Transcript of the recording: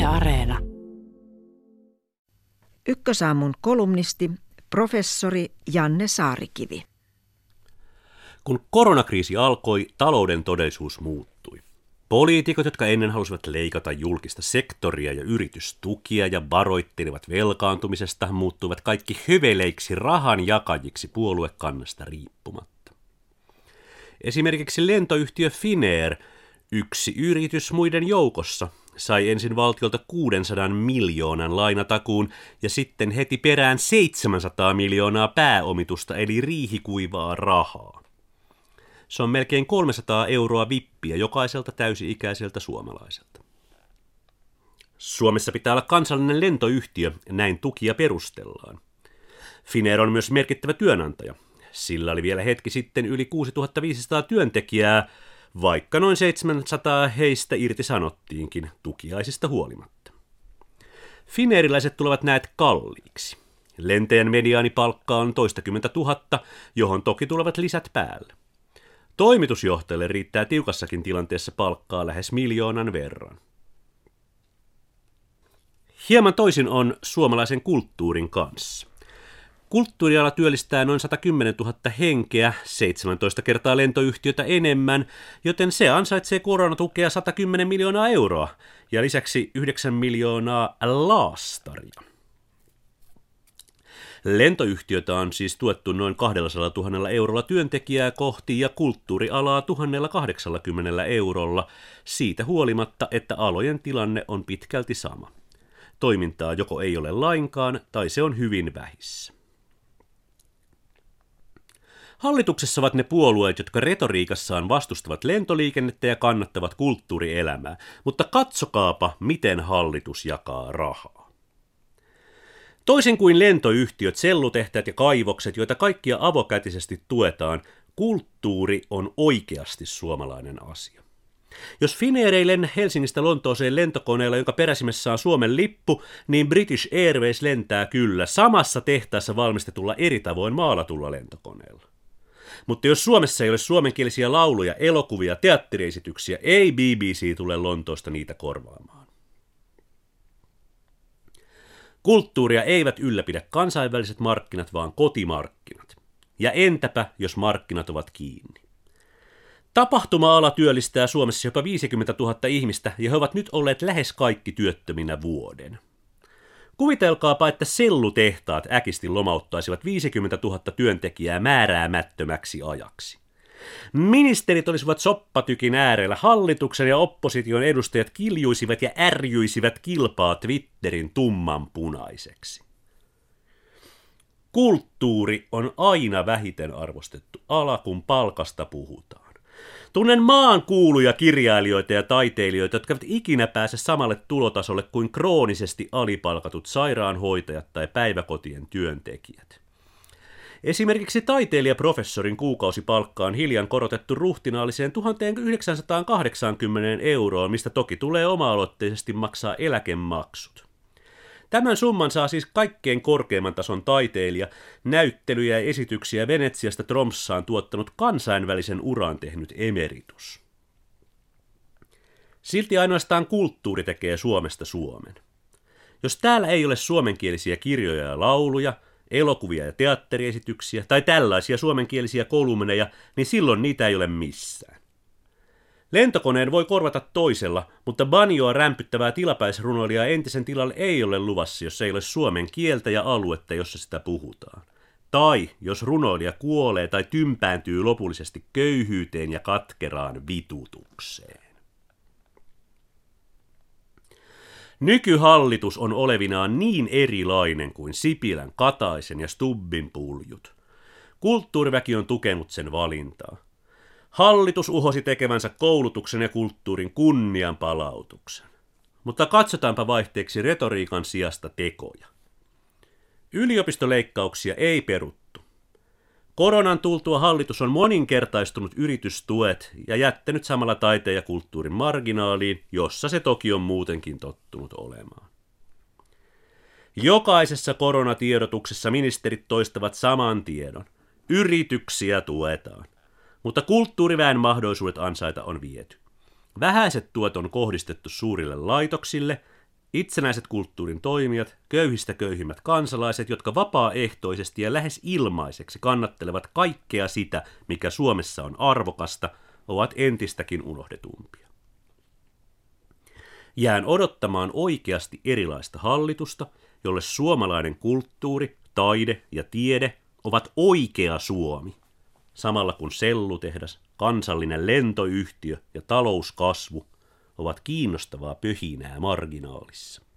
Areena. Ykkösaamun kolumnisti, professori Janne Saarikivi. Kun koronakriisi alkoi, talouden todellisuus muuttui. Poliitikot, jotka ennen halusivat leikata julkista sektoria ja yritystukia ja varoittelivat velkaantumisesta, muuttuivat kaikki höveleiksi rahan jakajiksi puoluekannasta riippumatta. Esimerkiksi lentoyhtiö Finnair, yksi yritys muiden joukossa, sai ensin valtiolta 600 miljoonan lainatakuun ja sitten heti perään 700 miljoonaa pääomitusta eli riihikuivaa rahaa. Se on melkein 300 euroa vippiä jokaiselta täysi-ikäiseltä suomalaiselta. Suomessa pitää olla kansallinen lentoyhtiö, näin tukia perustellaan. Finnair on myös merkittävä työnantaja. Sillä oli vielä hetki sitten yli 6500 työntekijää, vaikka noin 700 heistä irtisanottiinkin tukiaisista huolimatta. Finnairiläiset tulevat näet kalliiksi. Lentäjän mediaanipalkka on toistakymmentä tuhatta, johon toki tulevat lisät päälle. Toimitusjohtajalle riittää tiukassakin tilanteessa palkkaa lähes 1 miljoonan verran. Hieman toisin on suomalaisen kulttuurin kanssa. Kulttuuriala työllistää noin 110 000 henkeä, 17 kertaa lentoyhtiötä enemmän, joten se ansaitsee koronatukea 110 miljoonaa euroa ja lisäksi 9 miljoonaa laastaria. Lentoyhtiötä on siis tuettu noin 200 000 eurolla työntekijää kohti ja kulttuurialaa 1080 eurolla, siitä huolimatta, että alojen tilanne on pitkälti sama. Toimintaa joko ei ole lainkaan tai se on hyvin vähissä. Hallituksessa ovat ne puolueet, jotka retoriikassaan vastustavat lentoliikennettä ja kannattavat kulttuurielämää, mutta katsokaapa, miten hallitus jakaa rahaa. Toisin kuin lentoyhtiöt, sellutehtaat ja kaivokset, joita kaikkia avokätisesti tuetaan, kulttuuri on oikeasti suomalainen asia. Jos Finnair ei lennä Helsingistä Lontooseen lentokoneella, jonka peräsimessä on Suomen lippu, niin British Airways lentää kyllä samassa tehtaassa valmistetulla eri tavoin maalatulla lentokoneella. Mutta jos Suomessa ei ole suomenkielisiä lauluja, elokuvia, teatteriesityksiä, ei BBC tule Lontoosta niitä korvaamaan. Kulttuuria eivät ylläpidä kansainväliset markkinat, vaan kotimarkkinat. Ja entäpä, jos markkinat ovat kiinni? Tapahtuma-ala työllistää Suomessa jopa 50 000 ihmistä, ja he ovat nyt olleet lähes kaikki työttöminä vuoden. Kuvitelkaapa, että sellutehtaat äkisti lomauttaisivat 50 000 työntekijää määräämättömäksi ajaksi. Ministerit olisivat soppatykin äärellä, hallituksen ja opposition edustajat kiljuisivat ja ärjyisivät kilpaa Twitterin tummanpunaiseksi. Kulttuuri on aina vähiten arvostettu ala, kun palkasta puhutaan. Tunnen maan kuuluja kirjailijoita ja taiteilijoita, jotka eivät ikinä pääse samalle tulotasolle kuin kroonisesti alipalkatut sairaanhoitajat tai päiväkotien työntekijät. Esimerkiksi taiteilijaprofessorin kuukausipalkka on hiljan korotettu ruhtinaalliseen 1980 euroon, mistä toki tulee oma-aloitteisesti maksaa eläkemaksut. Tämän summan saa siis kaikkein korkeimman tason taiteilija, näyttelyjä ja esityksiä Venetsiasta Tromssaan tuottanut kansainvälisen uran tehnyt emeritus. Silti ainoastaan kulttuuri tekee Suomesta Suomen. Jos täällä ei ole suomenkielisiä kirjoja ja lauluja, elokuvia ja teatteriesityksiä tai tällaisia suomenkielisiä kolumneja, niin silloin niitä ei ole missään. Lentokoneen voi korvata toisella, mutta banjoa rämpyttävää tilapäisrunoilijaa entisen tilalle ei ole luvassa, jos ei ole suomen kieltä ja aluetta, jossa sitä puhutaan. Tai jos runoilija kuolee tai tympääntyy lopullisesti köyhyyteen ja katkeraan vitutukseen. Nykyhallitus on olevinaan niin erilainen kuin Sipilän, Kataisen ja Stubbin puljut. Kulttuuriväki on tukenut sen valintaa. Hallitus uhosi tekevänsä koulutuksen ja kulttuurin kunnianpalautuksen. Mutta katsotaanpa vaihteeksi retoriikan sijasta tekoja. Yliopistoleikkauksia ei peruttu. Koronan tultua hallitus on moninkertaistunut yritystuet ja jättänyt samalla taiteen ja kulttuurin marginaaliin, jossa se toki on muutenkin tottunut olemaan. Jokaisessa koronatiedotuksessa ministerit toistavat saman tiedon. Yrityksiä tuetaan. Mutta kulttuuriväen mahdollisuudet ansaita on viety. Vähäiset tuet on kohdistettu suurille laitoksille, Itsenäiset kulttuurin toimijat, köyhistä köyhimmät kansalaiset, jotka vapaaehtoisesti ja lähes ilmaiseksi kannattelevat kaikkea sitä, mikä Suomessa on arvokasta, ovat entistäkin unohdetumpia. Jään odottamaan oikeasti erilaista hallitusta, jolle suomalainen kulttuuri, taide ja tiede ovat oikea Suomi, samalla kun sellutehdas, kansallinen lentoyhtiö ja talouskasvu ovat kiinnostavaa pöhinää marginaalissa.